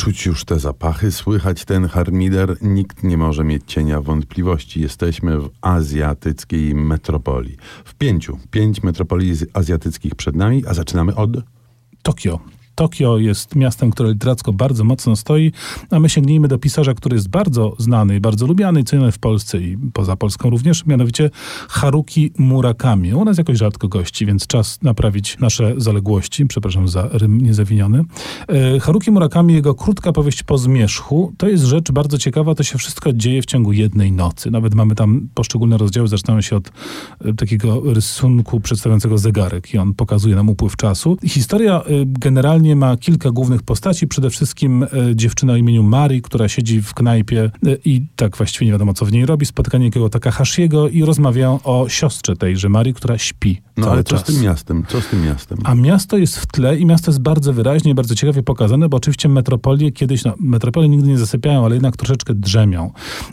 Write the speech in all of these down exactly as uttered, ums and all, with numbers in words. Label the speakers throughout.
Speaker 1: Czuć już te zapachy, słychać ten harmider. Nikt nie może mieć cienia wątpliwości. Jesteśmy w azjatyckiej metropolii. W pięciu. Pięć metropolii azjatyckich przed nami, a zaczynamy od...
Speaker 2: Tokio. Tokio jest miastem, które literacko bardzo mocno stoi, a my sięgnijmy do pisarza, który jest bardzo znany i bardzo lubiany i ceniony w Polsce i poza Polską również, mianowicie Haruki Murakami. U nas jakoś rzadko gości, więc czas naprawić nasze zaległości. Przepraszam za rym niezawiniony. E, Haruki Murakami, jego krótka powieść Po zmierzchu, to jest rzecz bardzo ciekawa, to się wszystko dzieje w ciągu jednej nocy. Nawet mamy tam poszczególne rozdziały, zaczynają się od e, takiego rysunku przedstawiającego zegarek i on pokazuje nam upływ czasu. Historia e, generalnie ma kilka głównych postaci. Przede wszystkim e, dziewczyna o imieniu Mari, która siedzi w knajpie e, i tak właściwie nie wiadomo, co w niej robi. Spotkanie jakiegoś Takahashiego i rozmawiają o siostrze tejże Mari, która śpi
Speaker 1: No
Speaker 2: cały
Speaker 1: ale co
Speaker 2: czas.
Speaker 1: z tym miastem? Co z tym miastem?
Speaker 2: A miasto jest w tle i miasto jest bardzo wyraźnie i bardzo ciekawie pokazane, bo oczywiście metropolie kiedyś, no metropolie nigdy nie zasypiają, ale jednak troszeczkę drzemią.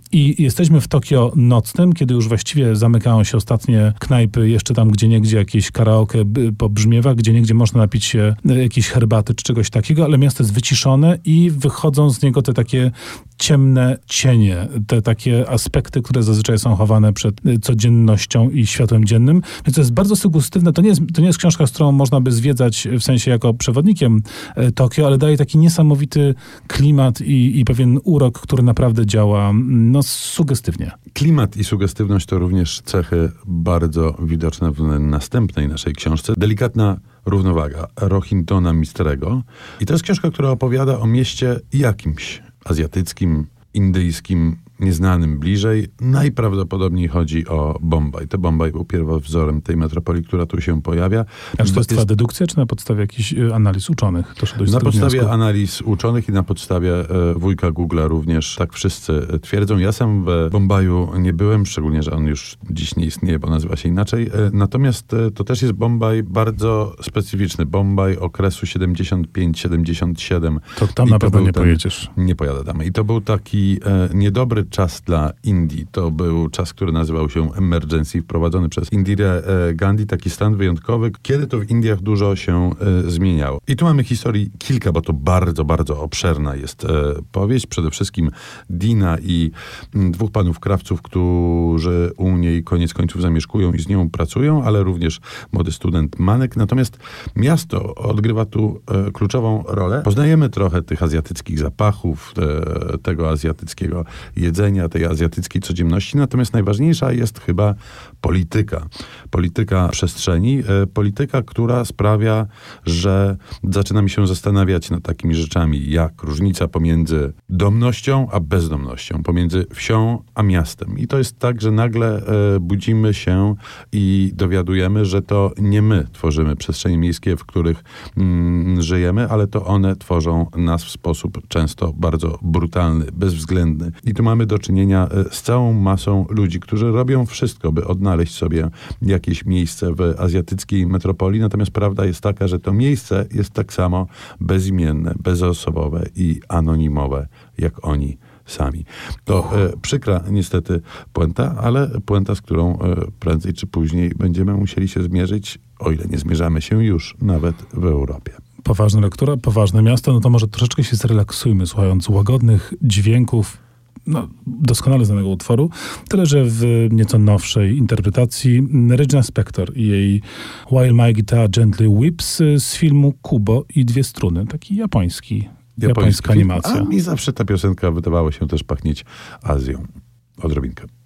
Speaker 2: I jesteśmy w Tokio nocnym, kiedy już właściwie zamykają się ostatnie knajpy, jeszcze tam gdzieniegdzie jakieś karaoke pobrzmiewa, gdzieniegdzie można napić się jakiejś herbaty czy czegoś takiego, ale miasto jest wyciszone i wychodzą z niego te takie ciemne cienie, te takie aspekty, które zazwyczaj są chowane przed codziennością i światłem dziennym. Więc to jest bardzo sugestywne. To nie jest, to nie jest książka, z którą można by zwiedzać w sensie jako przewodnikiem Tokio, ale daje taki niesamowity klimat i, i pewien urok, który naprawdę działa no, sugestywnie.
Speaker 1: Klimat i sugestywność to również cechy bardzo widoczne w następnej naszej książce. Delikatna równowaga Rohintona Mistrego. I to jest książka, która opowiada o mieście jakimś azjatyckim, indyjskim, nieznanym bliżej. Najprawdopodobniej chodzi o Bombaj. To Bombaj był pierwowzorem tej metropolii, która tu się pojawia.
Speaker 2: A czy to jest twoja dedukcja, czy na podstawie jakichś analiz uczonych?
Speaker 1: Na podstawie wniosku? analiz uczonych i na podstawie e, wujka Google'a również tak wszyscy twierdzą. Ja sam w Bombaju nie byłem, szczególnie, że on już dziś nie istnieje, bo nazywa się inaczej. E, natomiast e, to też jest Bombaj bardzo specyficzny. Bombaj okresu siedemdziesiąt pięć siedemdziesiąt siedem.
Speaker 2: To tam I na pewno nie ten, pojedziesz.
Speaker 1: Nie pojadę tam. I to był taki e, niedobry czas dla Indii. To był czas, który nazywał się Emergency, wprowadzony przez Indirę Gandhi, taki stan wyjątkowy, kiedy to w Indiach dużo się e, zmieniało. I tu mamy historii kilka, bo to bardzo, bardzo obszerna jest e, powieść. Przede wszystkim Dina i m, dwóch panów krawców, którzy u niej koniec końców zamieszkują i z nią pracują, ale również młody student Manek. Natomiast miasto odgrywa tu e, kluczową rolę. Poznajemy trochę tych azjatyckich zapachów, te, tego azjatyckiego jedzenia, tej azjatyckiej codzienności, natomiast najważniejsza jest chyba polityka. Polityka przestrzeni, e, polityka, która sprawia, że zaczynamy się zastanawiać nad takimi rzeczami, jak różnica pomiędzy domnością a bezdomnością, pomiędzy wsią a miastem. I to jest tak, że nagle e, budzimy się i dowiadujemy, że to nie my tworzymy przestrzenie miejskie, w których mm, żyjemy, ale to one tworzą nas w sposób często bardzo brutalny, bezwzględny. I tu mamy do czynienia z całą masą ludzi, którzy robią wszystko, by odnaleźć sobie jakieś miejsce w azjatyckiej metropolii. Natomiast prawda jest taka, że to miejsce jest tak samo bezimienne, bezosobowe i anonimowe, jak oni sami. To e, przykra niestety puenta, ale puenta, z którą e, prędzej czy później będziemy musieli się zmierzyć, o ile nie zmierzamy się już nawet w Europie.
Speaker 2: Poważna lektura, poważne miasto, no to może troszeczkę się zrelaksujmy, słuchając łagodnych dźwięków no, doskonale znanego utworu, tyle że w nieco nowszej interpretacji Regina Spektor i jej While My Guitar Gently Weeps z filmu Kubo i dwie struny, taki japoński, japońska
Speaker 1: Japoński
Speaker 2: animacja.
Speaker 1: A mi zawsze ta piosenka wydawała się też pachnieć Azją. Odrobinkę.